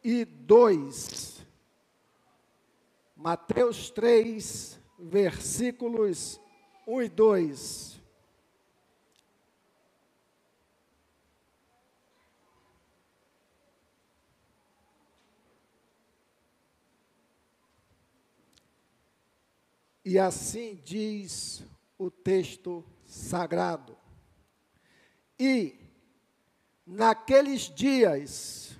e 2. Mateus 3, versículos 1 e 2. E assim diz o texto sagrado. E, naqueles dias,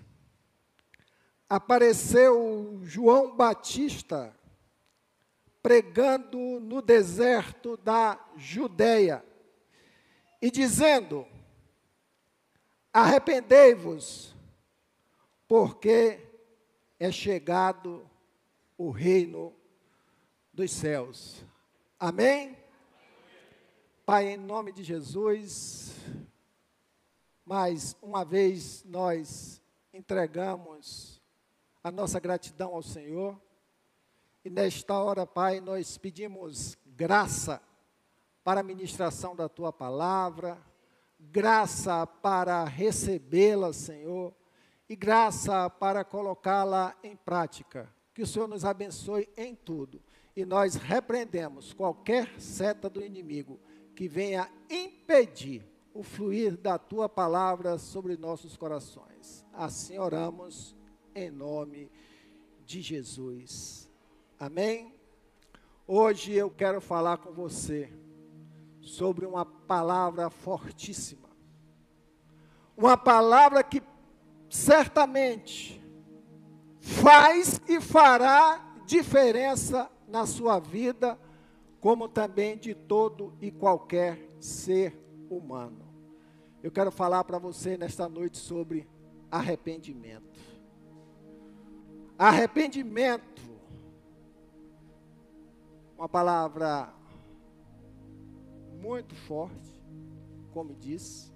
apareceu João Batista pregando no deserto da Judeia e dizendo: arrependei-vos, porque é chegado o reino dos céus. Amém? Pai, em nome de Jesus, mais uma vez nós entregamos a nossa gratidão ao Senhor. E nesta hora, Pai, nós pedimos graça para a ministração da Tua palavra, graça para recebê-la, Senhor, e graça para colocá-la em prática. Que o Senhor nos abençoe em tudo. E nós repreendemos qualquer seta do inimigo que venha impedir o fluir da Tua palavra sobre nossos corações. Assim oramos em nome de Jesus. Amém? Hoje eu quero falar com você sobre uma palavra fortíssima. Uma palavra que certamente faz e fará diferença na sua vida, como também de todo e qualquer ser humano. Eu quero falar para você nesta noite sobre arrependimento. Arrependimento, uma palavra muito forte, como disse,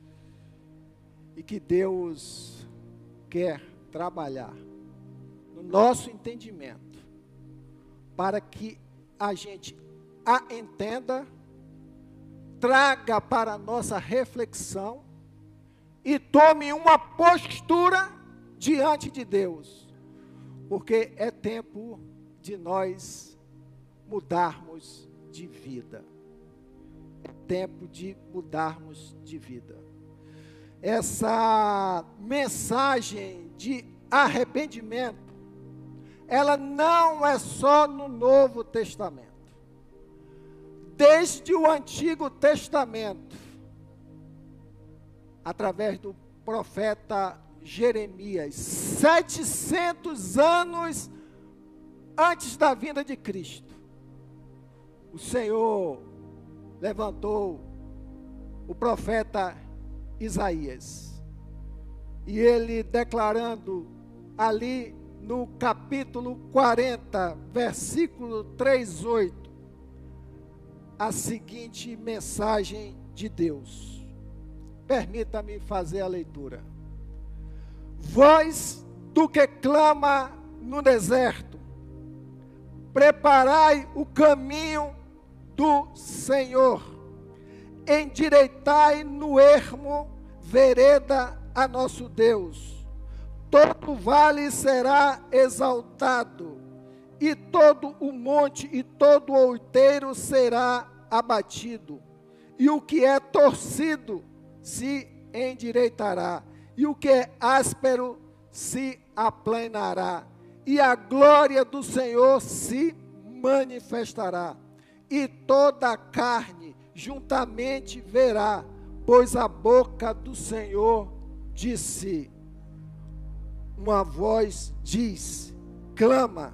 e que Deus quer trabalhar no nosso entendimento, para que a gente a entenda, traga para a nossa reflexão e tome uma postura diante de Deus, porque é tempo de nós mudarmos de vida. É tempo de mudarmos de vida. Essa mensagem de arrependimento, ela não é só no Novo Testamento. Desde o Antigo Testamento, através do profeta Jeremias, 700 anos antes da vinda de Cristo, o Senhor levantou o profeta Isaías, e ele declarando ali no capítulo 40, versículo 3:8, a seguinte mensagem de Deus. Permita-me fazer a leitura. Voz do que clama no deserto, preparai o caminho do Senhor, endireitai no ermo vereda a nosso Deus. Todo vale será exaltado, e todo o monte e todo o outeiro será abatido, e o que é torcido se endireitará, e o que é áspero se aplanará, e a glória do Senhor se manifestará, e toda a carne juntamente verá, pois a boca do Senhor disse. Uma voz diz, clama.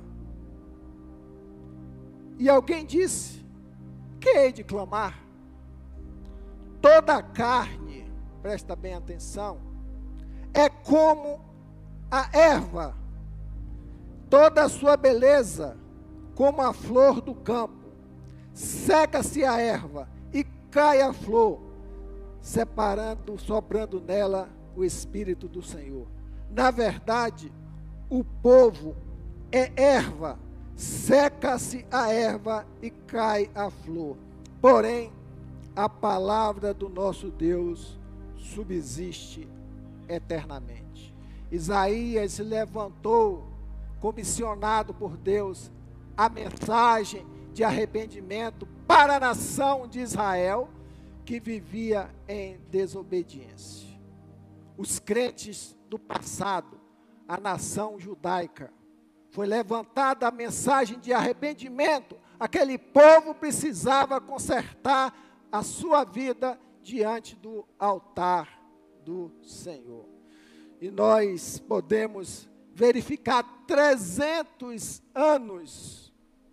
E alguém disse, que hei de clamar? Toda a carne, presta bem atenção, é como a erva, toda a sua beleza, como a flor do campo. Seca-se a erva e cai a flor, soprando nela o Espírito do Senhor. Na verdade, o povo é erva, seca-se a erva e cai a flor. Porém, a palavra do nosso Deus subsiste eternamente. Isaías se levantou, comissionado por Deus, a mensagem de arrependimento para a nação de Israel, que vivia em desobediência. Os crentes do passado, a nação judaica, foi levantada a mensagem de arrependimento. Aquele povo precisava consertar a sua vida diante do altar do Senhor. E nós podemos verificar 300 anos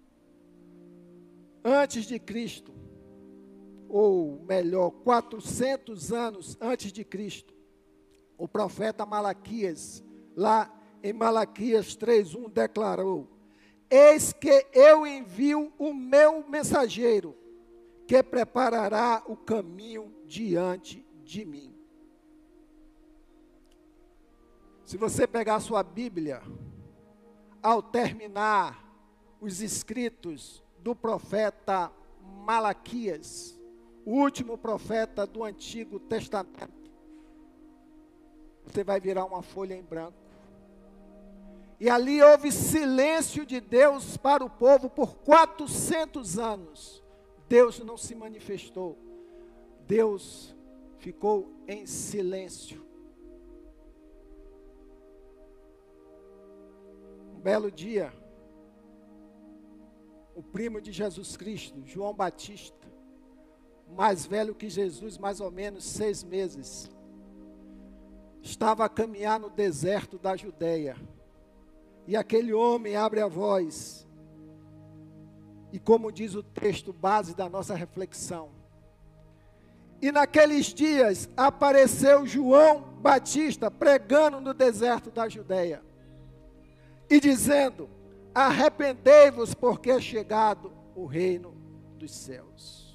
antes de Cristo, ou melhor, 400 anos antes de Cristo, o profeta Malaquias, lá em Malaquias 3:1, declarou: eis que eu envio o meu mensageiro, que preparará o caminho diante de mim. Se você pegar a sua Bíblia, ao terminar os escritos do profeta Malaquias, o último profeta do Antigo Testamento, você vai virar uma folha em branco. E ali houve silêncio de Deus para o povo por 400 anos. Deus não se manifestou. Deus ficou em silêncio. Um belo dia, o primo de Jesus Cristo, João Batista, mais velho que Jesus, mais ou menos 6 meses, estava a caminhar no deserto da Judeia. E aquele homem abre a voz, e como diz o texto base da nossa reflexão, e naqueles dias apareceu João Batista pregando no deserto da Judeia, e dizendo: arrependei-vos, porque é chegado o reino dos céus.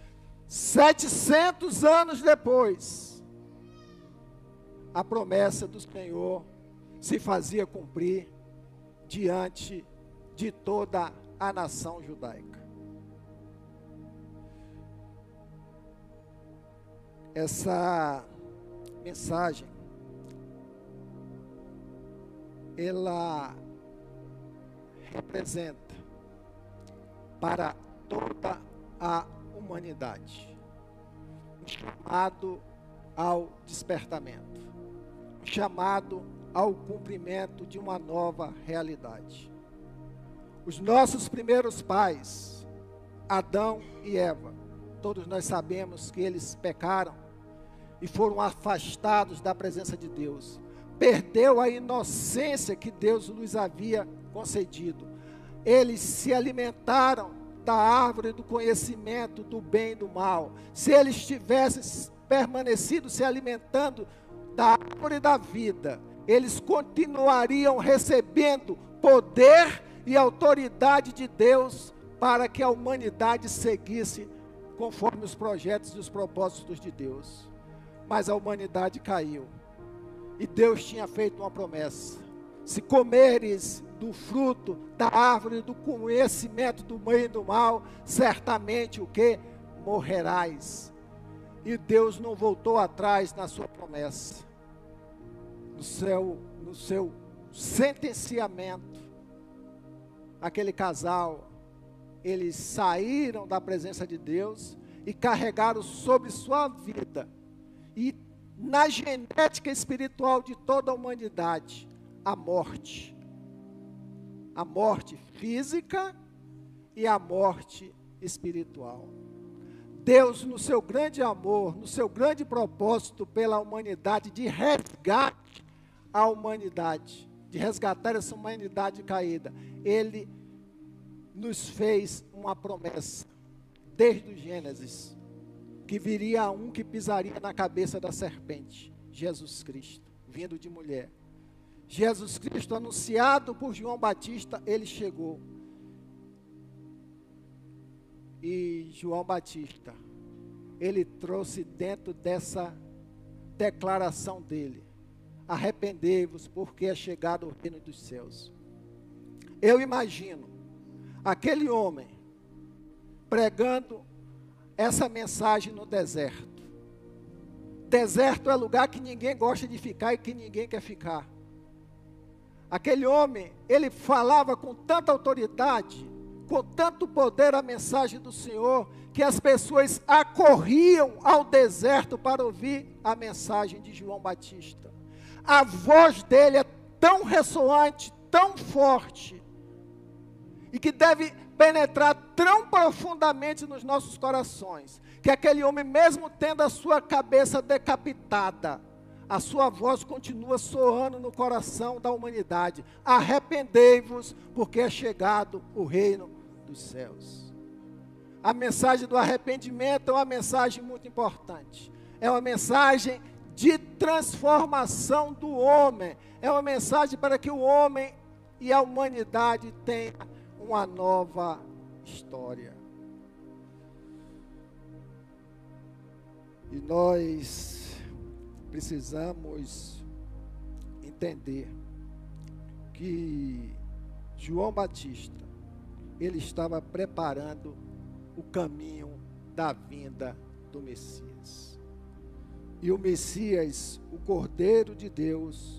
700 anos depois, a promessa do Senhor se fazia cumprir diante de toda a nação judaica. Essa mensagem, ela representa para toda a humanidade um chamado ao despertamento, um chamado ao cumprimento de uma nova realidade. Os nossos primeiros pais, Adão e Eva, todos nós sabemos que eles pecaram e foram afastados da presença de Deus. Perdeu a inocência que Deus lhes havia concedido. Eles se alimentaram da árvore do conhecimento do bem e do mal. Se eles tivessem permanecido se alimentando da árvore da vida, eles continuariam recebendo poder e autoridade de Deus para que a humanidade seguisse conforme os projetos e os propósitos de Deus. Mas a humanidade caiu. E Deus tinha feito uma promessa: se comeres do fruto da árvore do conhecimento do bem e do mal, certamente o que? Morrerás. E Deus não voltou atrás na sua promessa. No seu sentenciamento, aquele casal, eles saíram da presença de Deus e carregaram sobre sua vida e na genética espiritual de toda a humanidade, a morte física e a morte espiritual. Deus, no seu grande amor, no seu grande propósito pela humanidade, de resgate à humanidade, de resgatar essa humanidade caída, Ele nos fez uma promessa, desde o Gênesis, que viria um que pisaria na cabeça da serpente, Jesus Cristo, vindo de mulher. Jesus Cristo, anunciado por João Batista, ele chegou. E João Batista, ele trouxe dentro dessa declaração dele: arrependei-vos, porque é chegado o reino dos céus. Eu imagino aquele homem pregando essa mensagem no deserto. Deserto é lugar que ninguém gosta de ficar e que ninguém quer ficar. Aquele homem, ele falava com tanta autoridade, com tanto poder a mensagem do Senhor, que as pessoas acorriam ao deserto para ouvir a mensagem de João Batista. A voz dele é tão ressoante, tão forte, e que deve penetrar tão profundamente nos nossos corações, que aquele homem, mesmo tendo a sua cabeça decapitada, a sua voz continua soando no coração da humanidade: arrependei-vos, porque é chegado o reino dos céus. A mensagem do arrependimento é uma mensagem muito importante, é uma mensagem de transformação do homem, é uma mensagem para que o homem e a humanidade tenham uma nova história. E nós precisamos entender que João Batista, ele estava preparando o caminho da vinda do Messias. E o Messias, o Cordeiro de Deus,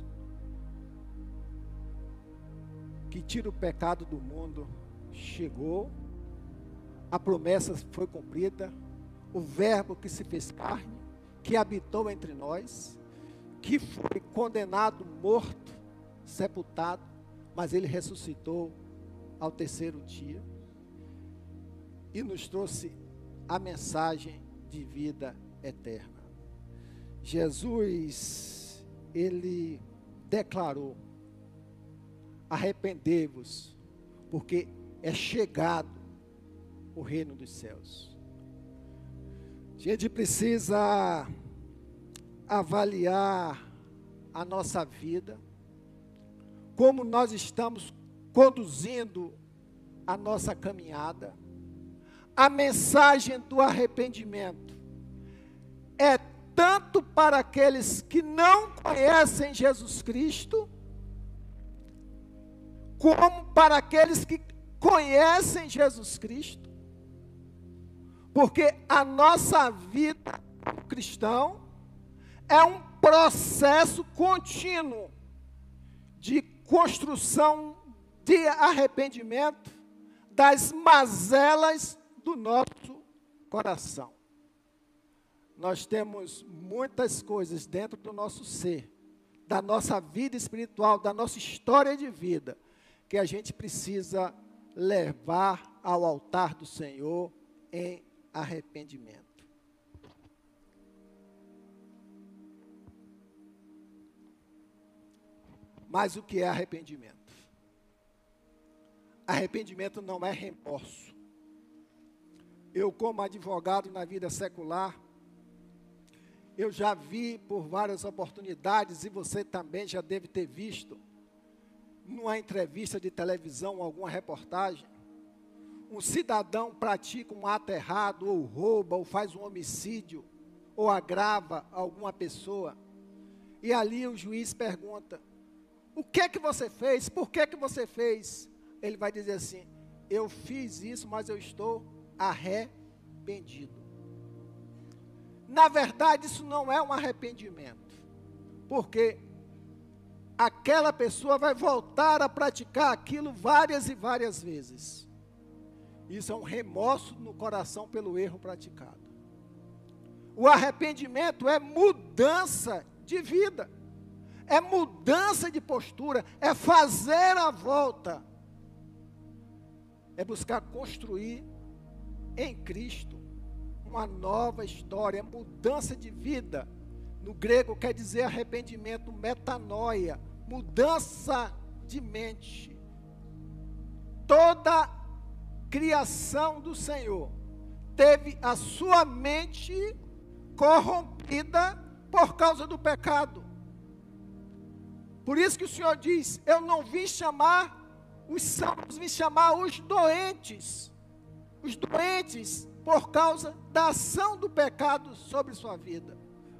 que tira o pecado do mundo, chegou, a promessa foi cumprida, o Verbo que se fez carne, que habitou entre nós, que foi condenado, morto, sepultado, mas ele ressuscitou ao terceiro dia e nos trouxe a mensagem de vida eterna. Jesus, ele declarou: arrependei-vos, porque é chegado o reino dos céus. A gente precisa avaliar a nossa vida, como nós estamos conduzindo a nossa caminhada. A mensagem do arrependimento é tanto para aqueles que não conhecem Jesus Cristo, como para aqueles que conhecem Jesus Cristo, porque a nossa vida como cristão é um processo contínuo de construção de arrependimento das mazelas do nosso coração. Nós temos muitas coisas dentro do nosso ser, da nossa vida espiritual, da nossa história de vida, que a gente precisa levar ao altar do Senhor em arrependimento. Mas o que é arrependimento? Arrependimento não é remorso. Eu, como advogado na vida secular, eu já vi por várias oportunidades, e você também já deve ter visto, numa entrevista de televisão, alguma reportagem, um cidadão pratica um ato errado, ou rouba, ou faz um homicídio, ou agrava alguma pessoa, e ali o juiz pergunta: o que é que você fez? Por que é que você fez? Ele vai dizer assim: eu fiz isso, mas eu estou arrependido. Na verdade, isso não é um arrependimento, porque aquela pessoa vai voltar a praticar aquilo várias e várias vezes. Isso é um remorso no coração pelo erro praticado. O arrependimento é mudança de vida, é mudança de postura, é fazer a volta, é buscar construir em Cristo uma nova história, é mudança de vida. No grego quer dizer arrependimento, metanoia, mudança de mente. Toda criação do Senhor teve a sua mente corrompida por causa do pecado. Por isso que o Senhor diz: eu não vim chamar os sãos, vim chamar os doentes. Os doentes por causa da ação do pecado sobre sua vida.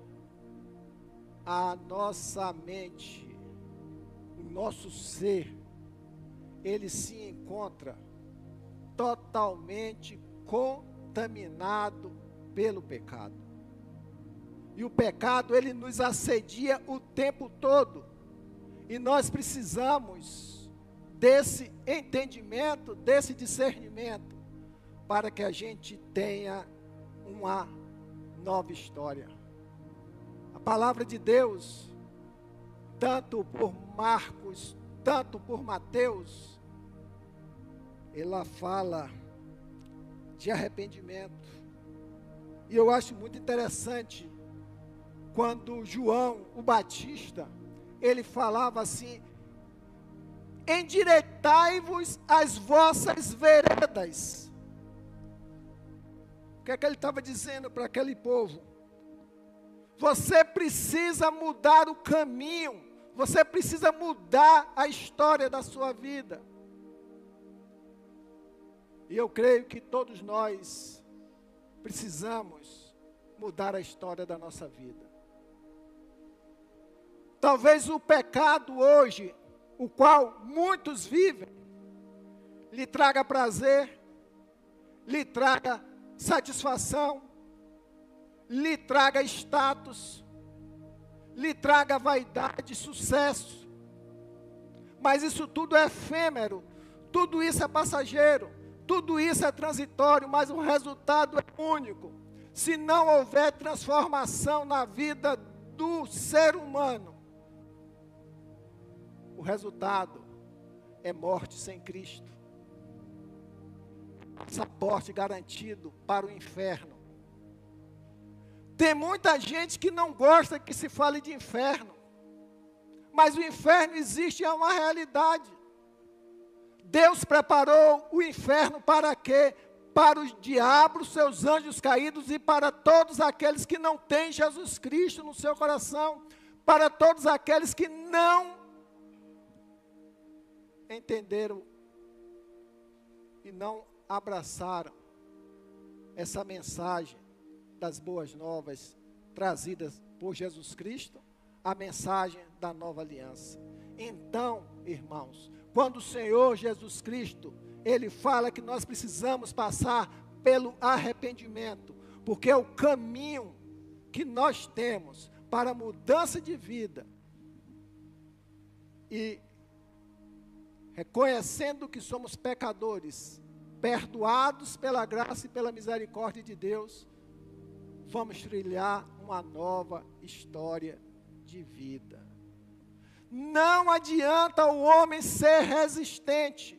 A nossa mente, o nosso ser, ele se encontra totalmente contaminado pelo pecado. E o pecado, ele nos assedia o tempo todo. E nós precisamos desse entendimento, desse discernimento, para que a gente tenha uma nova história. A palavra de Deus, tanto por Marcos, tanto por Mateus, ela fala de arrependimento. E eu acho muito interessante quando João, o Batista, ele falava assim: endireitai-vos as vossas veredas. O que é que ele estava dizendo para aquele povo? Você precisa mudar o caminho, você precisa mudar a história da sua vida. E eu creio que todos nós precisamos mudar a história da nossa vida. Talvez o pecado hoje, o qual muitos vivem, lhe traga prazer, lhe traga satisfação, lhe traga status, lhe traga vaidade, sucesso. Mas isso tudo é efêmero, tudo isso é passageiro, tudo isso é transitório, mas o resultado é único. Se não houver transformação na vida do ser humano, o resultado é morte sem Cristo. Passaporte garantido para o inferno. Tem muita gente que não gosta que se fale de inferno, mas o inferno existe, é uma realidade. Deus preparou o inferno para quê? Para os diabos, seus anjos caídos, e para todos aqueles que não têm Jesus Cristo no seu coração, para todos aqueles que não entenderam e não abraçaram essa mensagem das boas novas trazidas por Jesus Cristo, a mensagem da nova aliança. Então, irmãos, quando o Senhor Jesus Cristo, Ele fala que nós precisamos passar pelo arrependimento, porque é o caminho que nós temos para a mudança de vida, e reconhecendo que somos pecadores, perdoados pela graça e pela misericórdia de Deus, vamos trilhar uma nova história de vida. Não adianta o homem ser resistente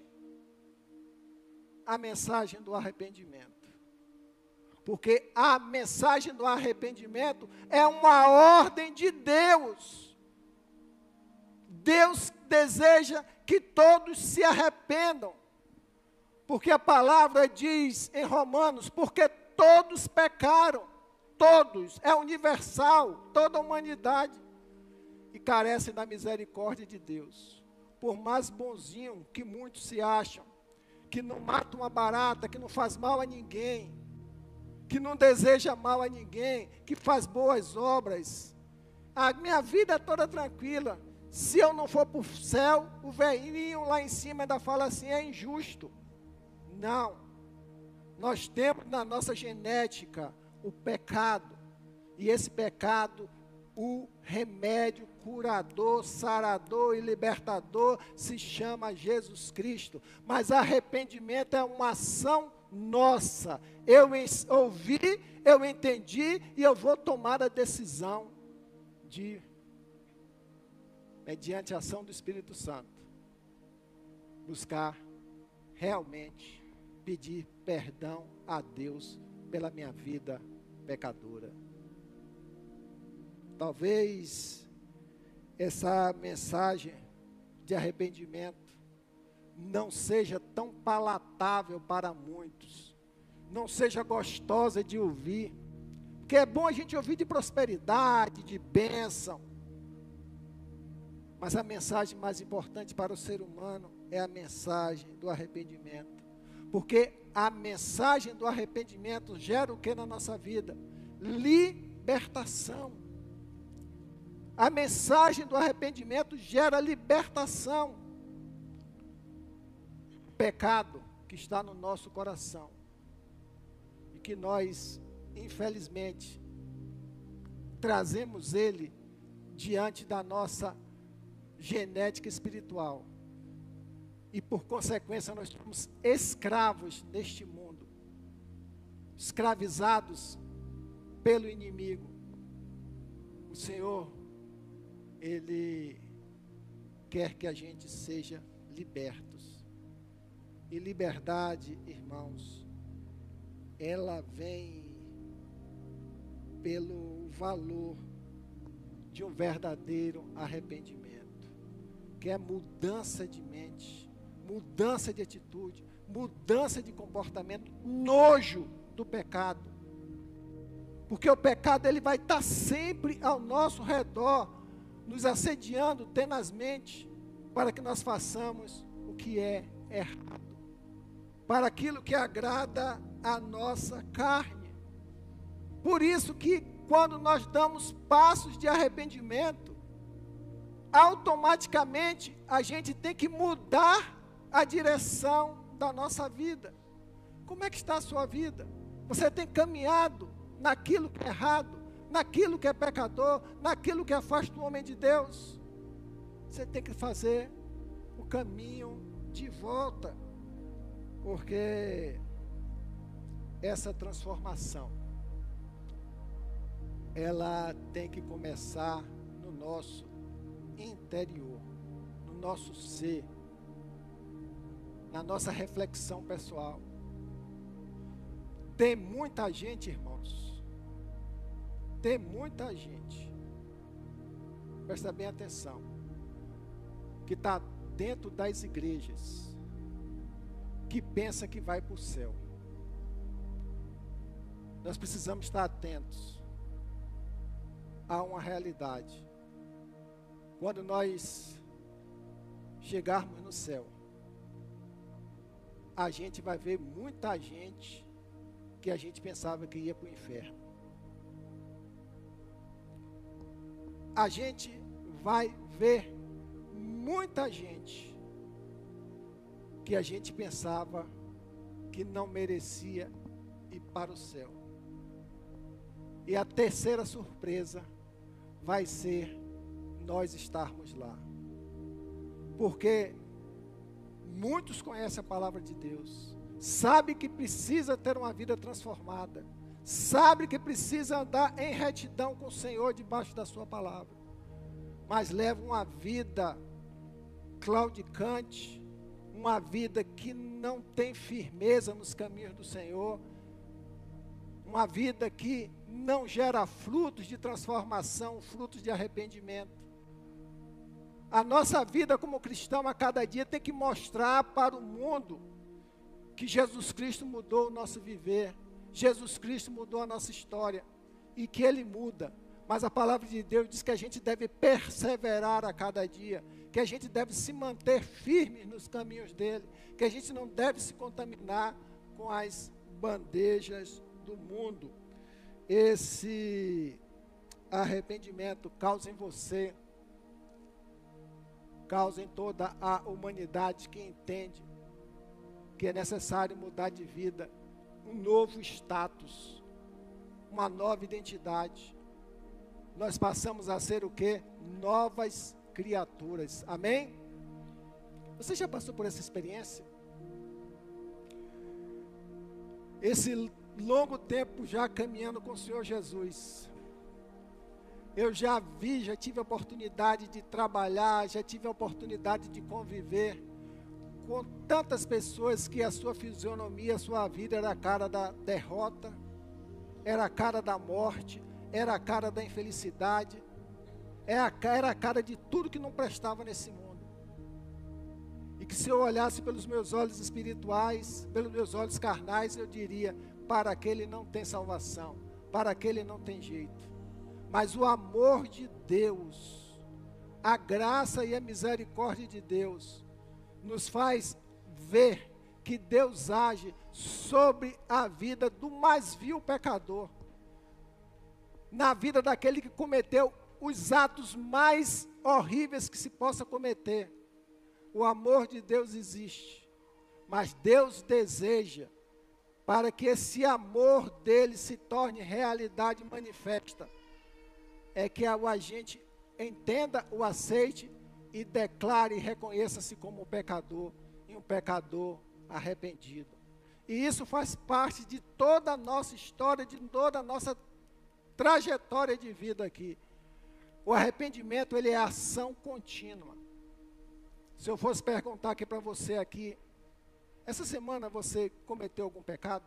à mensagem do arrependimento, porque a mensagem do arrependimento é uma ordem de Deus. Deus deseja que todos se arrependam, porque a palavra diz em Romanos, porque todos pecaram, todos, é universal, toda a humanidade, e carecem da misericórdia de Deus. Por mais bonzinho que muitos se acham, que não mata uma barata, que não faz mal a ninguém, que não deseja mal a ninguém, que faz boas obras, a minha vida é toda tranquila. Se eu não for para o céu, o velhinho lá em cima ainda fala assim, é injusto. Não, nós temos na nossa genética o pecado, e esse pecado, o remédio curador, sarador e libertador se chama Jesus Cristo. Mas arrependimento é uma ação nossa. Eu ouvi, eu entendi, e eu vou tomar a decisão de, mediante a ação do Espírito Santo, buscar realmente pedir perdão a Deus pela minha vida pecadora. Talvez essa mensagem de arrependimento não seja tão palatável para muitos, não seja gostosa de ouvir, porque é bom a gente ouvir de prosperidade, de bênção, mas a mensagem mais importante para o ser humano é a mensagem do arrependimento, porque a mensagem do arrependimento gera o que na nossa vida? Libertação. A mensagem do arrependimento gera libertação. O pecado que está no nosso coração, e que nós, infelizmente, trazemos ele diante da nossa genética espiritual. E por consequência nós somos escravos neste mundo, escravizados pelo inimigo. O Senhor, Ele quer que a gente seja libertos. E liberdade, irmãos, ela vem pelo valor de um verdadeiro arrependimento, que é mudança de mente, mudança de atitude, mudança de comportamento, nojo do pecado. Porque o pecado ele vai estar sempre ao nosso redor, nos assediando tenazmente, para que nós façamos o que é errado, para aquilo que agrada a nossa carne. Por isso que quando nós damos passos de arrependimento, automaticamente a gente tem que mudar a direção da nossa vida. Como é que está a sua vida? Você tem caminhado naquilo que é errado, naquilo que é pecador, naquilo que afasta o homem de Deus? Você tem que fazer o caminho de volta, porque essa transformação, ela tem que começar no nosso interior, no nosso ser, na nossa reflexão pessoal. Tem muita gente, irmãos, tem muita gente, presta bem atenção, que está dentro das igrejas, que pensa que vai para o céu. Nós precisamos estar atentos a uma realidade. Quando nós chegarmos no céu, a gente vai ver muita gente que a gente pensava que ia para o inferno. A gente vai ver muita gente que a gente pensava que não merecia ir para o céu. E a terceira surpresa vai ser nós estarmos lá. Porque muitos conhecem a palavra de Deus, sabe que precisa ter uma vida transformada, sabe que precisa andar em retidão com o Senhor debaixo da sua palavra, mas leva uma vida claudicante, uma vida que não tem firmeza nos caminhos do Senhor, uma vida que não gera frutos de transformação, frutos de arrependimento. A nossa vida como cristão a cada dia tem que mostrar para o mundo que Jesus Cristo mudou o nosso viver, Jesus Cristo mudou a nossa história e que Ele muda. Mas a palavra de Deus diz que a gente deve perseverar a cada dia, que a gente deve se manter firme nos caminhos dEle, que a gente não deve se contaminar com as bandejas do mundo. Esse arrependimento causa em você, causa em toda a humanidade que entende que é necessário mudar de vida, um novo status, uma nova identidade. Nós passamos a ser o quê? Novas criaturas. Amém? Você já passou por essa experiência? Esse longo tempo já caminhando com o Senhor Jesus. Eu já tive a oportunidade de trabalhar, já tive a oportunidade de conviver com tantas pessoas que a sua fisionomia, a sua vida era a cara da derrota, era a cara da morte, era a cara da infelicidade, era a cara de tudo que não prestava nesse mundo. E que se eu olhasse pelos meus olhos espirituais, pelos meus olhos carnais, eu diria, para aquele não tem salvação, para aquele não tem jeito. Mas o amor de Deus, a graça e a misericórdia de Deus, nos faz ver que Deus age sobre a vida do mais vil pecador, na vida daquele que cometeu os atos mais horríveis que se possa cometer. O amor de Deus existe, mas Deus deseja, para que esse amor dele se torne realidade manifesta, é que a gente entenda, o aceite e declare e reconheça-se como um pecador e um pecador arrependido. E isso faz parte de toda a nossa história, de toda a nossa trajetória de vida aqui. O arrependimento, ele é ação contínua. Se eu fosse perguntar aqui para você aqui, essa semana você cometeu algum pecado?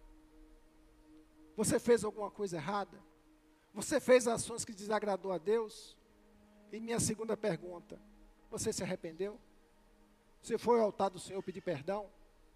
Você fez alguma coisa errada? Você fez ações que desagradou a Deus? E minha segunda pergunta, você se arrependeu? Você foi ao altar do Senhor pedir perdão?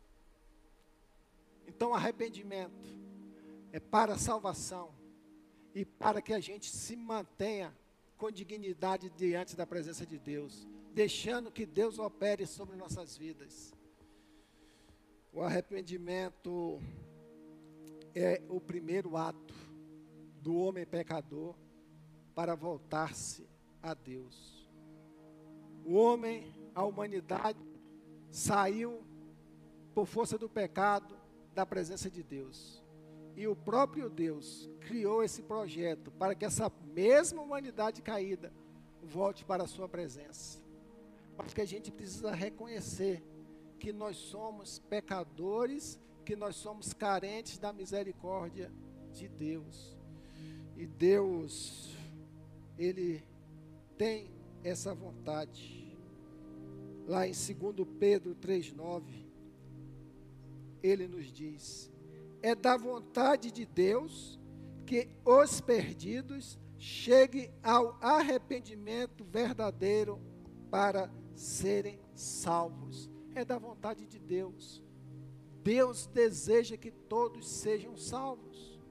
Então, arrependimento é para a salvação e para que a gente se mantenha com dignidade diante da presença de Deus, deixando que Deus opere sobre nossas vidas. O arrependimento é o primeiro ato do homem pecador para voltar-se a Deus. O homem, a humanidade, saiu por força do pecado da presença de Deus. E o próprio Deus criou esse projeto para que essa mesma humanidade caída volte para a sua presença. Mas que a gente precisa reconhecer que nós somos pecadores, que nós somos carentes da misericórdia de Deus. E Deus, Ele tem essa vontade. Lá em 2 Pedro 3,9, Ele nos diz: é da vontade de Deus que os perdidos cheguem ao arrependimento verdadeiro para serem salvos. É da vontade de Deus. Deus deseja que todos sejam salvos.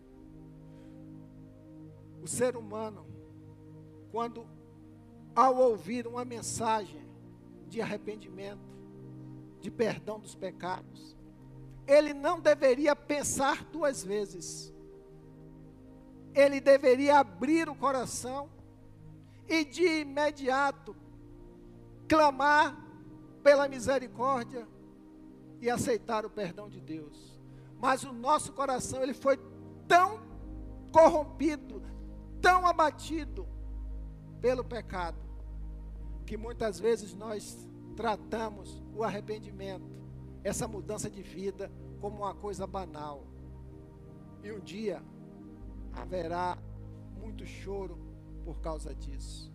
O ser humano, quando ao ouvir uma mensagem de arrependimento, de perdão dos pecados, ele não deveria pensar duas vezes. Ele deveria abrir o coração e de imediato clamar pela misericórdia e aceitar o perdão de Deus. Mas o nosso coração, ele foi tão corrompido, tão abatido pelo pecado, que muitas vezes nós tratamos o arrependimento, essa mudança de vida, como uma coisa banal. E um dia haverá muito choro por causa disso.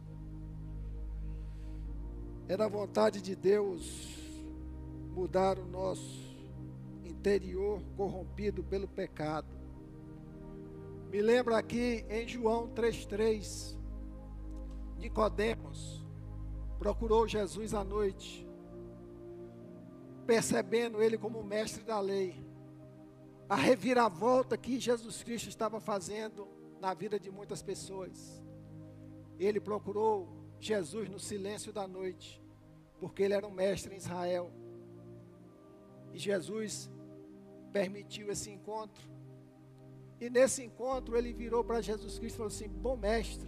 É da vontade de Deus mudar o nosso interior corrompido pelo pecado. Me lembra aqui em João 3,3, Nicodemos procurou Jesus à noite, percebendo ele como mestre da lei, a reviravolta que Jesus Cristo estava fazendo na vida de muitas pessoas. Ele procurou Jesus no silêncio da noite, porque ele era um mestre em Israel. E Jesus permitiu esse encontro. E nesse encontro ele virou para Jesus Cristo e falou assim: bom mestre,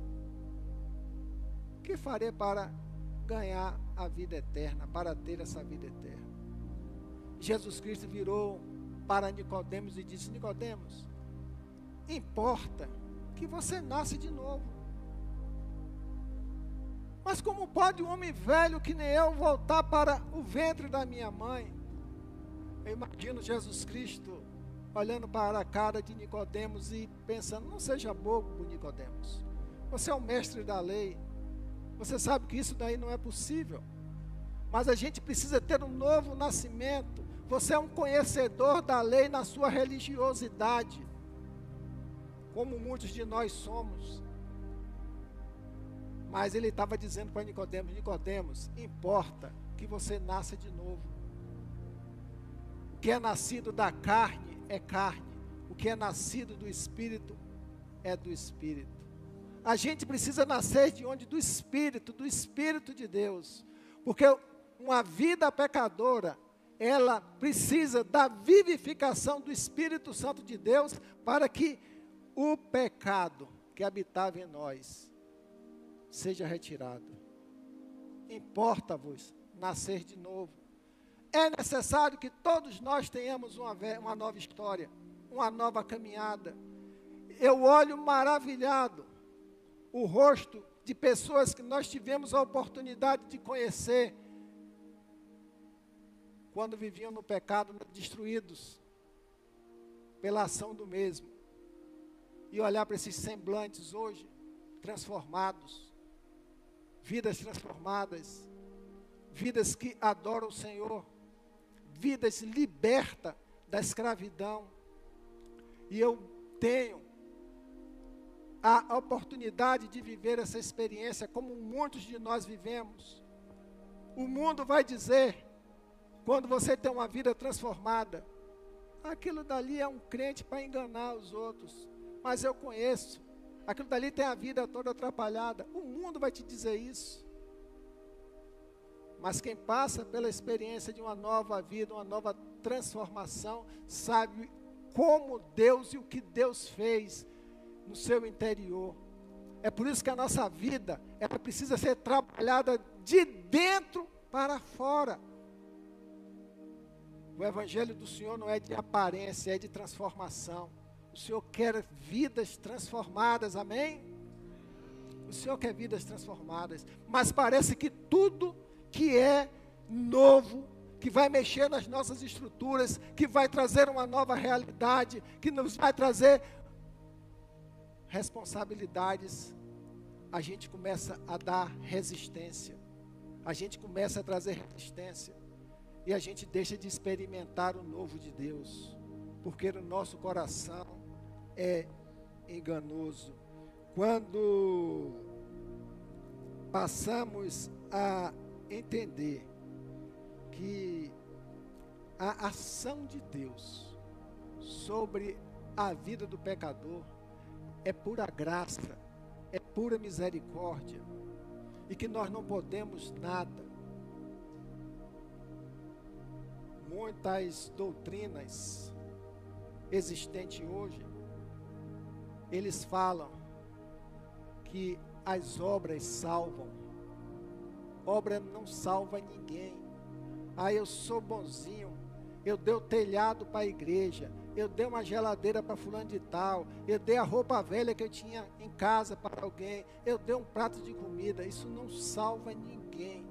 o que farei para ganhar a vida eterna, para ter essa vida eterna? Jesus Cristo virou para Nicodemos e disse: Nicodemos, importa que você nasce de novo. Mas como pode um homem velho que nem eu voltar para o ventre da minha mãe? Eu imagino Jesus Cristo olhando para a cara de Nicodemos e pensando: não seja bobo, Nicodemos, você é o mestre da lei, você sabe que isso daí não é possível, mas a gente precisa ter um novo nascimento. Você é um conhecedor da lei na sua religiosidade, como muitos de nós somos. Mas ele estava dizendo para Nicodemos: Nicodemos, importa que você nasça de novo. O que é nascido da carne é carne, o que é nascido do Espírito é do Espírito. A gente precisa nascer de onde? Do Espírito de Deus, porque uma vida pecadora, ela precisa da vivificação do Espírito Santo de Deus, para que o pecado que habitava em nós seja retirado. Importa-vos nascer de novo. É necessário que todos nós tenhamos uma nova história, uma nova caminhada. Eu olho maravilhado o rosto de pessoas que nós tivemos a oportunidade de conhecer, quando viviam no pecado, destruídos pela ação do mesmo, e olhar para esses semblantes hoje, transformados, vidas transformadas, vidas que adoram o Senhor, vidas libertas da escravidão. E eu tenho a oportunidade de viver essa experiência como muitos de nós vivemos. O mundo vai dizer, quando você tem uma vida transformada, aquilo dali é um crente para enganar os outros. Mas eu conheço, aquilo dali tem a vida toda atrapalhada. O mundo vai te dizer isso. Mas quem passa pela experiência de uma nova vida, uma nova transformação, sabe como Deus e o que Deus fez no seu interior. É por isso que a nossa vida, ela precisa ser trabalhada de dentro para fora. O evangelho do Senhor não é de aparência, é de transformação. O Senhor quer vidas transformadas, amém? O Senhor quer vidas transformadas, mas parece que tudo que é novo, que vai mexer nas nossas estruturas, que vai trazer uma nova realidade, que nos vai trazer responsabilidades, a gente começa a dar resistência, a gente começa a trazer resistência, e a gente deixa de experimentar o novo de Deus, porque o nosso coração é enganoso. Quando passamos a entender que a ação de Deus sobre a vida do pecador é pura graça, é pura misericórdia, e que nós não podemos nada. Muitas doutrinas existentes hoje, eles falam que as obras salvam. Obra não salva ninguém. Ah, eu sou bonzinho, eu dei o telhado para a igreja, eu dei uma geladeira para fulano de tal, eu dei a roupa velha que eu tinha em casa para alguém, eu dei um prato de comida. Isso não salva ninguém.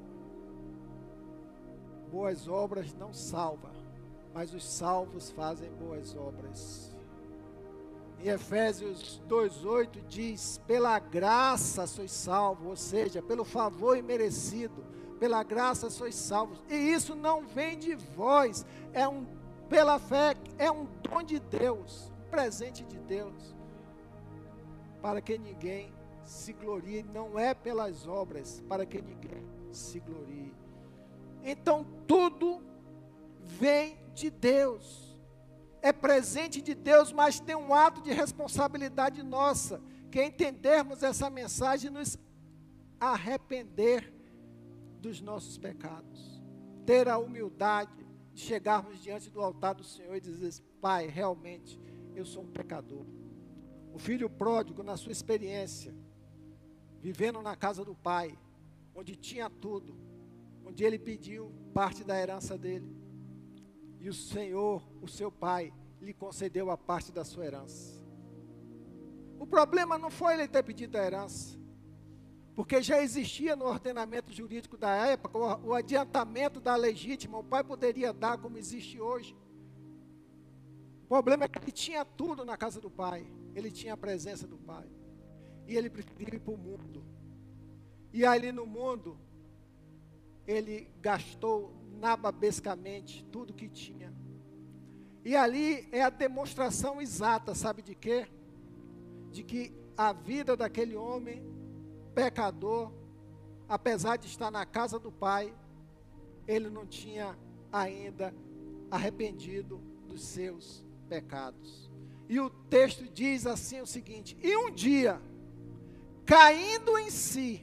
Boas obras não salvam, mas os salvos fazem boas obras. Em Efésios 2:8 diz, pela graça sois salvos, ou seja, pelo favor imerecido, pela graça sois salvos, e isso não vem de vós, pela fé, é um dom de Deus, um presente de Deus, para que ninguém se glorie, não é pelas obras, para que ninguém se glorie. Então tudo vem de Deus, é presente de Deus, mas tem um ato de responsabilidade nossa, que é entendermos essa mensagem e nos arrepender dos nossos pecados, ter a humildade de chegarmos diante do altar do Senhor e dizer, Pai, realmente, eu sou um pecador. O filho pródigo, na sua experiência, vivendo na casa do pai, onde tinha tudo, onde ele pediu parte da herança dele, e o Senhor, o seu pai, lhe concedeu a parte da sua herança. O problema não foi ele ter pedido a herança, porque já existia no ordenamento jurídico da época o adiantamento da legítima, o pai poderia dar como existe hoje. O problema é que ele tinha tudo na casa do pai, ele tinha a presença do pai, e ele preferiu ir para o mundo, e ali no mundo, ele gastou nababescamente tudo que tinha, e ali é a demonstração exata, sabe de quê? De que a vida daquele homem pecador, apesar de estar na casa do pai, ele não tinha ainda arrependido dos seus pecados. E o texto diz assim o seguinte, e um dia, caindo em si,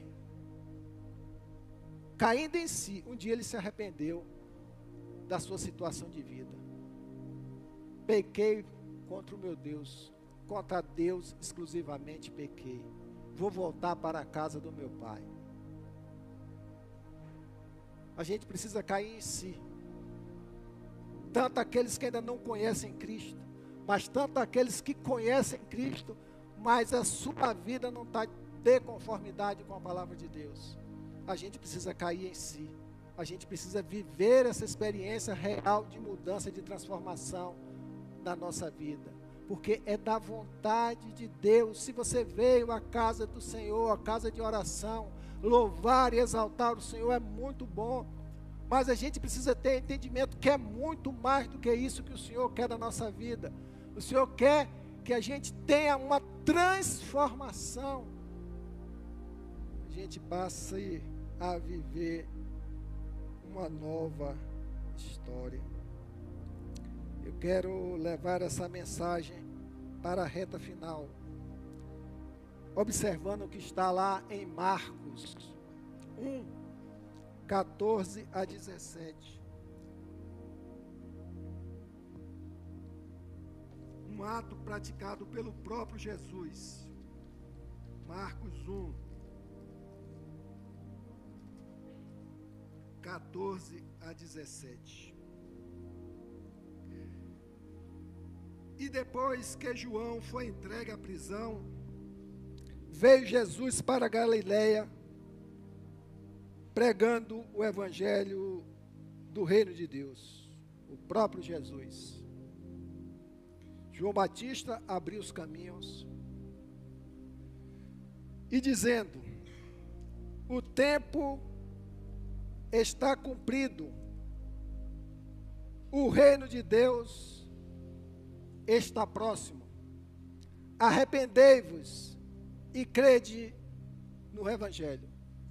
um dia ele se arrependeu da sua situação de vida. Pequei contra o meu Deus, contra Deus exclusivamente pequei. Vou voltar para a casa do meu pai. A gente precisa cair em si. Tanto aqueles que ainda não conhecem Cristo, mas tanto aqueles que conhecem Cristo, mas a sua vida não está ter conformidade com a palavra de Deus, a gente precisa cair em si. A gente precisa viver essa experiência real de mudança, de transformação na nossa vida. Porque é da vontade de Deus. Se você veio à casa do Senhor, à casa de oração, louvar e exaltar o Senhor é muito bom. Mas a gente precisa ter entendimento que é muito mais do que isso que o Senhor quer da nossa vida. O Senhor quer que a gente tenha uma transformação. A gente passe a viver uma nova história. Eu quero levar essa mensagem para a reta final, observando o que está lá em Marcos 1, 14 a 17. Um ato praticado pelo próprio Jesus. Marcos 1, 14 a 17. E depois que João foi entregue à prisão, veio Jesus para a Galileia, pregando o evangelho do reino de Deus, o próprio Jesus. João Batista abriu os caminhos e dizendo: o tempo está cumprido, o reino de Deus está próximo, arrependei-vos e crede no evangelho.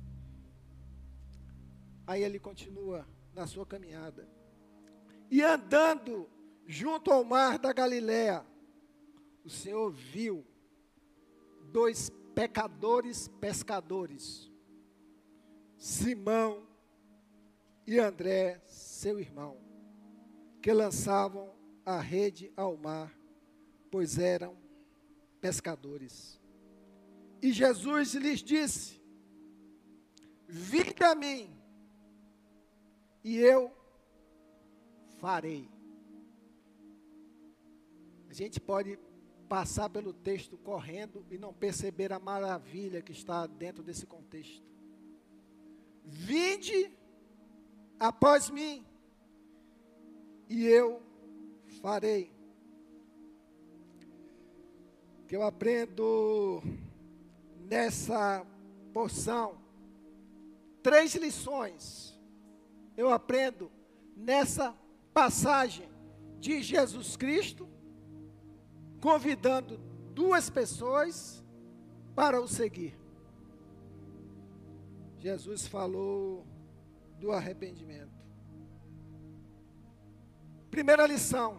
Aí ele continua na sua caminhada, e andando junto ao mar da Galileia, o Senhor viu 2 pecadores pescadores, Simão e André, seu irmão, que lançavam a rede ao mar, pois eram pescadores. E Jesus lhes disse: vinde a mim, e eu farei. A gente pode passar pelo texto correndo e não perceber a maravilha que está dentro desse contexto. Vinde após mim, e eu farei. Que eu aprendo nessa porção 3 lições. Eu aprendo nessa passagem de Jesus Cristo convidando 2 pessoas para o seguir. Jesus falou do arrependimento. Primeira lição: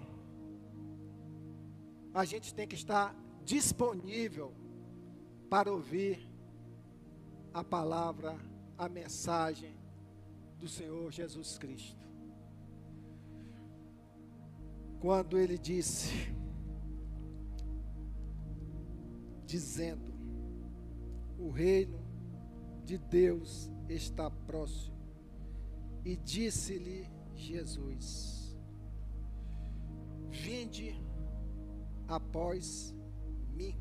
a gente tem que estar disponível para ouvir a palavra, a mensagem do Senhor Jesus Cristo. Quando ele dizendo, o reino de Deus está próximo, e disse-lhe Jesus: vinde após mim.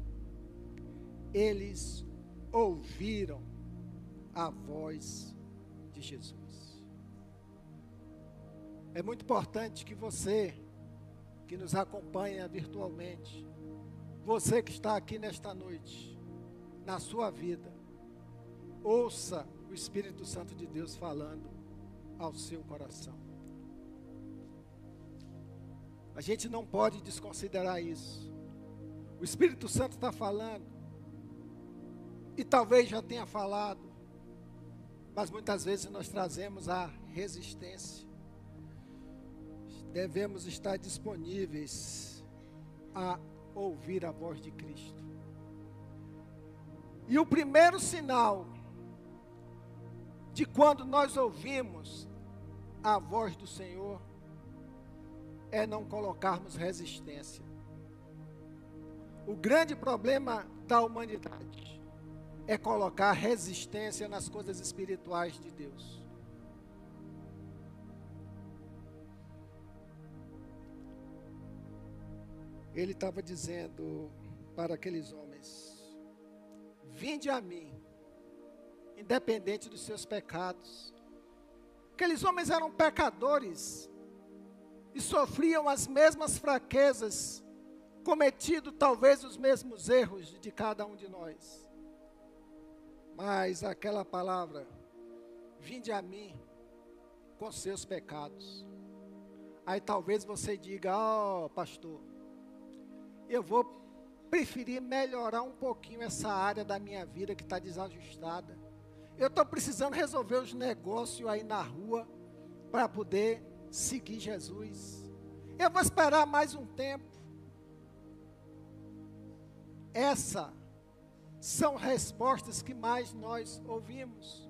Eles ouviram a voz de Jesus. É muito importante que você, que nos acompanha virtualmente, você que está aqui nesta noite, na sua vida, ouça o Espírito Santo de Deus falando ao seu coração. A gente não pode desconsiderar isso. O Espírito Santo está falando, e talvez já tenha falado, mas muitas vezes nós trazemos a resistência. Devemos estar disponíveis a ouvir a voz de Cristo. E o primeiro sinal de quando nós ouvimos a voz do Senhor é não colocarmos resistência. O grande problema da humanidade é colocar resistência nas coisas espirituais de Deus. Ele estava dizendo para aqueles homens: vinde a mim, independente dos seus pecados. Aqueles homens eram pecadores e sofriam as mesmas fraquezas, cometido talvez os mesmos erros de cada um de nós. Mas aquela palavra, vinde a mim com seus pecados. Aí talvez você diga, pastor, eu vou preferir melhorar um pouquinho essa área da minha vida que está desajustada. Eu estou precisando resolver os negócios aí na rua para poder seguir Jesus. Eu vou esperar mais um tempo. Essas são respostas que mais nós ouvimos.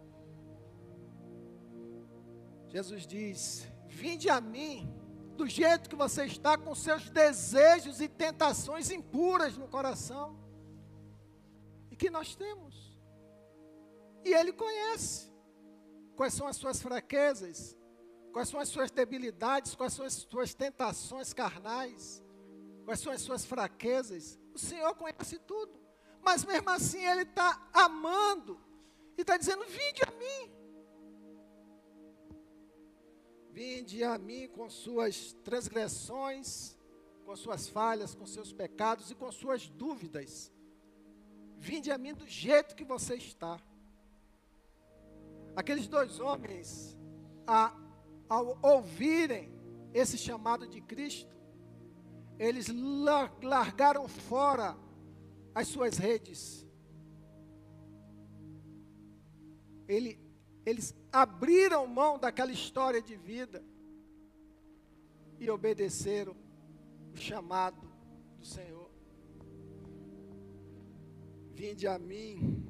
Jesus diz, vinde a mim, do jeito que você está, com seus desejos e tentações impuras no coração. E que nós temos. E Ele conhece quais são as suas fraquezas, quais são as suas debilidades, quais são as suas tentações carnais, quais são as suas fraquezas. O Senhor conhece tudo. Mas mesmo assim Ele está amando e está dizendo, vinde a mim. Vinde a mim com suas transgressões, com suas falhas, com seus pecados e com suas dúvidas. Vinde a mim do jeito que você está. Aqueles dois homens, ao ouvirem esse chamado de Cristo, eles largaram fora as suas redes. Eles abriram mão daquela história de vida e obedeceram o chamado do Senhor. Vinde a mim.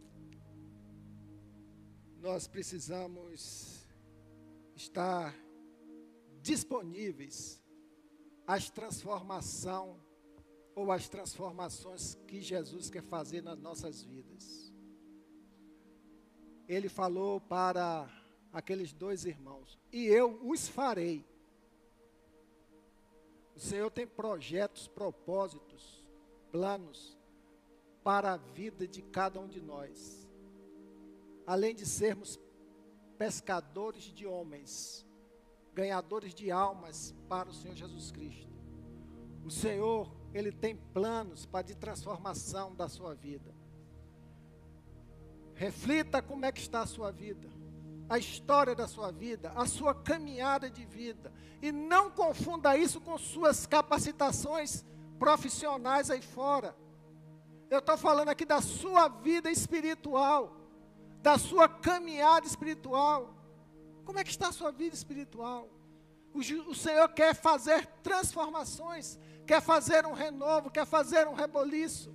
Nós precisamos estar disponíveis às transformações ou às transformações que Jesus quer fazer nas nossas vidas. Ele falou para aqueles dois irmãos, e eu os farei. O Senhor tem projetos, propósitos, planos para a vida de cada um de nós. Além de sermos pescadores de homens, ganhadores de almas para o Senhor Jesus Cristo. O Senhor, Ele tem planos para de transformação da sua vida. Reflita como é que está a sua vida, a história da sua vida, a sua caminhada de vida. E não confunda isso com suas capacitações profissionais aí fora. Eu estou falando aqui da sua vida espiritual, da sua caminhada espiritual. Como é que está a sua vida espiritual? O Senhor quer fazer transformações, quer fazer um renovo, quer fazer um reboliço.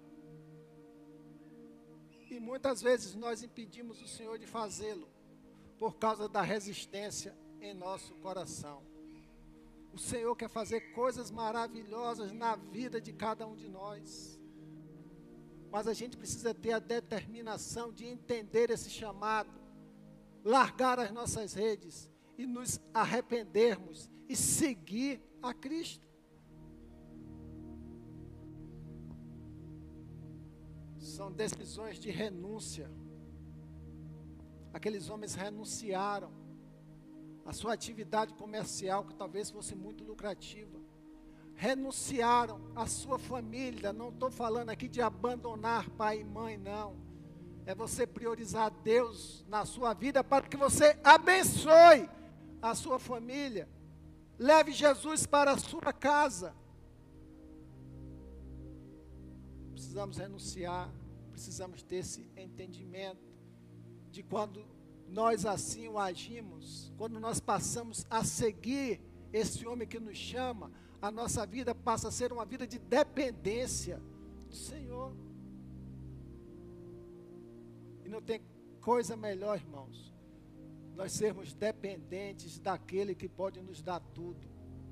E muitas vezes nós impedimos o Senhor de fazê-lo, por causa da resistência em nosso coração. O Senhor quer fazer coisas maravilhosas na vida de cada um de nós. Mas a gente precisa ter a determinação de entender esse chamado, largar as nossas redes e nos arrependermos e seguir a Cristo. São decisões de renúncia. Aqueles homens renunciaram à sua atividade comercial, que talvez fosse muito lucrativa. Renunciaram à sua família. Não estou falando aqui de abandonar pai e mãe, não. É você priorizar Deus na sua vida para que você abençoe a sua família. Leve Jesus para a sua casa. Precisamos renunciar, precisamos ter esse entendimento de quando nós assim o agimos, quando nós passamos a seguir esse homem que nos chama, a nossa vida passa a ser uma vida de dependência do Senhor. E não tem coisa melhor, irmãos, nós sermos dependentes daquele que pode nos dar tudo.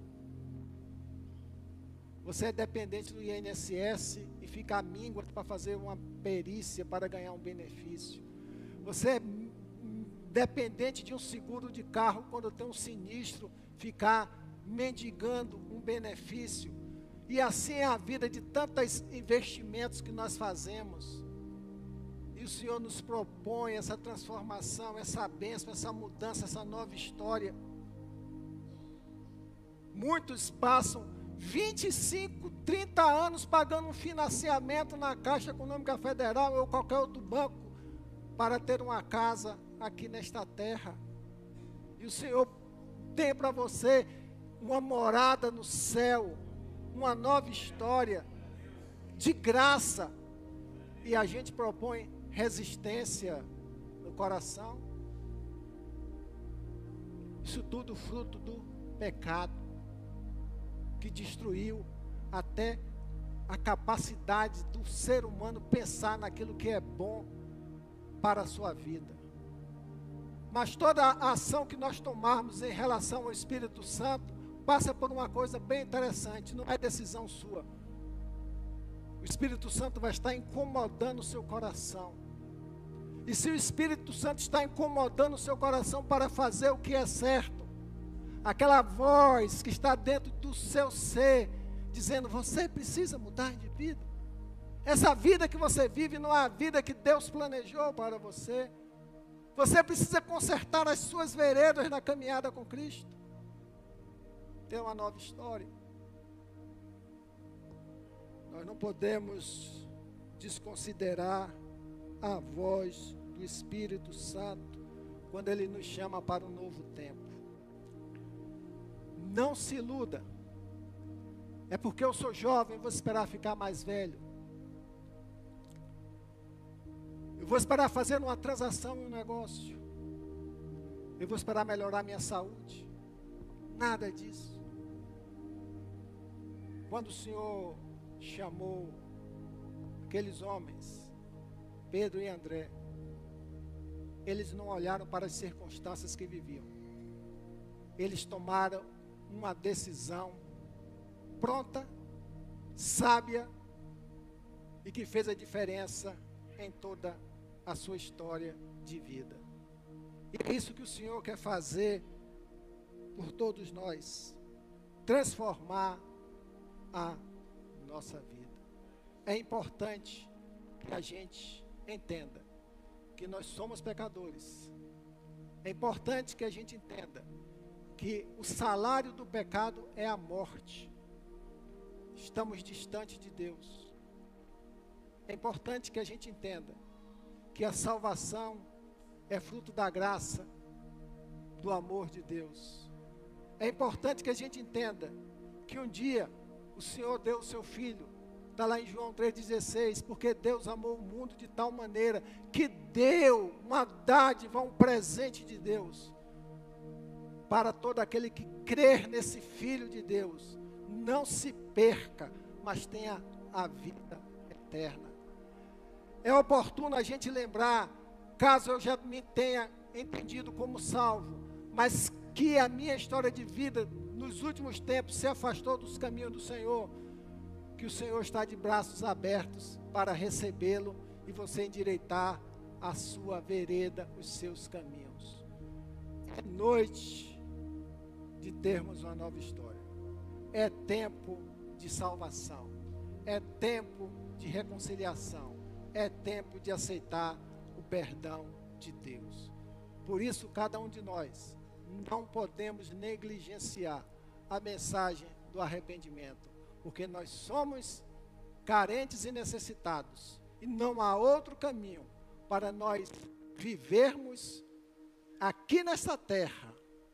Você é dependente do INSS e fica à míngua para fazer uma perícia para ganhar um benefício. Você é dependente de um seguro de carro quando tem um sinistro, ficar mendigando um benefício. E assim é a vida de tantos investimentos que nós fazemos. E o Senhor nos propõe essa transformação, essa bênção, essa mudança, essa nova história. Muitos passam 25, 30 anos pagando um financiamento na Caixa Econômica Federal ou qualquer outro banco para ter uma casa aqui nesta terra. E o Senhor tem para você uma morada no céu, uma nova história, de graça. E a gente propõe resistência no coração. Isso tudo fruto do pecado, que destruiu até a capacidade do ser humano pensar naquilo que é bom para a sua vida. Mas toda a ação que nós tomarmos em relação ao Espírito Santo passa por uma coisa bem interessante, não é decisão sua. O Espírito Santo vai estar incomodando o seu coração. E se o Espírito Santo está incomodando o seu coração para fazer o que é certo, aquela voz que está dentro do seu ser, dizendo, você precisa mudar de vida. Essa vida que você vive não é a vida que Deus planejou para você. Você precisa consertar as suas veredas na caminhada com Cristo. Ter uma nova história. Nós não podemos desconsiderar a voz do Espírito Santo quando Ele nos chama para um novo tempo. Não se iluda. É porque eu sou jovem, vou esperar ficar mais velho. Eu vou esperar fazer uma transação em um negócio. Eu vou esperar melhorar minha saúde. Nada disso. Quando o Senhor chamou aqueles homens, Pedro e André, eles não olharam para as circunstâncias que viviam. Eles tomaram uma decisão pronta, sábia e que fez a diferença em toda a sua história de vida. E é isso que o Senhor quer fazer por todos nós, transformar a nossa vida. É importante que a gente entenda que nós somos pecadores. É importante que a gente entenda que o salário do pecado é a morte. Estamos distantes de Deus. É importante que a gente entenda que a salvação é fruto da graça, do amor de Deus. É importante que a gente entenda que um dia o Senhor deu o seu Filho, está lá em João 3,16, porque Deus amou o mundo de tal maneira que deu uma dádiva, um presente de Deus, para todo aquele que crer nesse Filho de Deus, não se perca, mas tenha a vida eterna. É oportuno a gente lembrar, caso eu já me tenha entendido como salvo, mas que a minha história de vida nos últimos tempos se afastou dos caminhos do Senhor, que o Senhor está de braços abertos para recebê-lo e você endireitar a sua vereda, os seus caminhos. É noite de termos uma nova história. É tempo de salvação. É tempo de reconciliação. É tempo de aceitar o perdão de Deus. Por isso, cada um de nós não podemos negligenciar a mensagem do arrependimento, porque nós somos carentes e necessitados, e não há outro caminho para nós vivermos aqui nesta terra,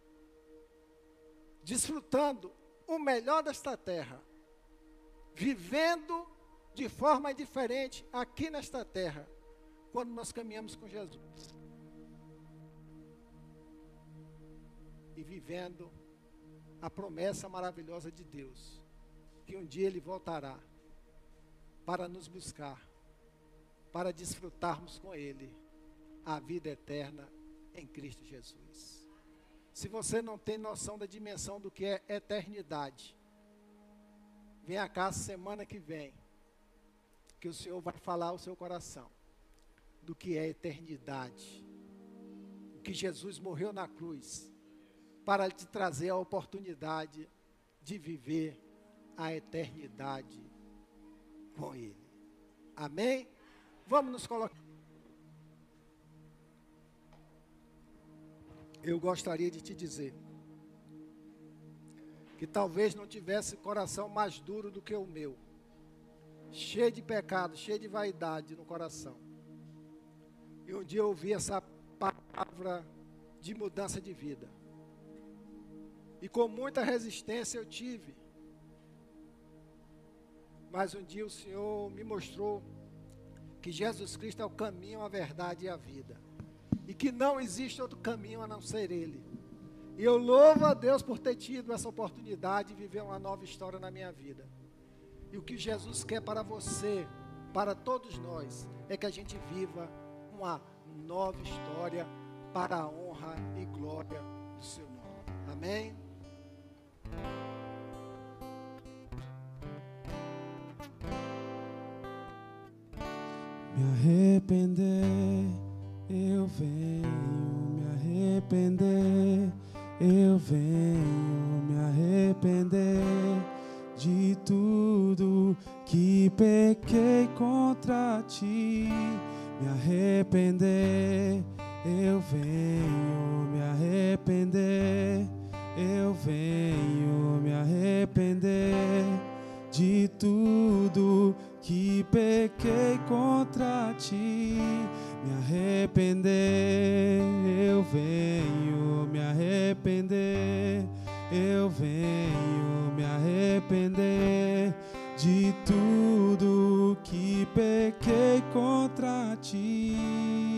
desfrutando o melhor desta terra, vivendo de forma diferente aqui nesta terra, quando nós caminhamos com Jesus. E vivendo a promessa maravilhosa de Deus, que um dia Ele voltará para nos buscar, para desfrutarmos com Ele a vida eterna em Cristo Jesus. Se você não tem noção da dimensão do que é eternidade, venha cá semana que vem, que o Senhor vai falar ao seu coração do que é eternidade, o que Jesus morreu na cruz para te trazer a oportunidade de viver a eternidade com Ele. Amém? Vamos nos colocar. eu gostaria de te dizer que talvez não tivesse coração mais duro do que o meu, cheio de pecado, cheio de vaidade no coração. E um dia eu ouvi essa palavra de mudança de vida. E com muita resistência eu tive. Mas um dia o Senhor me mostrou que Jesus Cristo é o caminho, a verdade e a vida. E que não existe outro caminho a não ser Ele. E eu louvo a Deus por ter tido essa oportunidade de viver uma nova história na minha vida. E o que Jesus quer para você, para todos nós, é que a gente viva uma nova história para a honra e glória do seu nome. Amém? Me arrepender, eu venho me arrepender, eu venho me arrepender de tudo que pequei contra ti. Me arrepender, eu venho me arrepender, eu venho me arrepender de tudo que pequei contra ti. Me arrepender, eu venho me arrepender, eu venho me arrepender de tudo que pequei contra ti.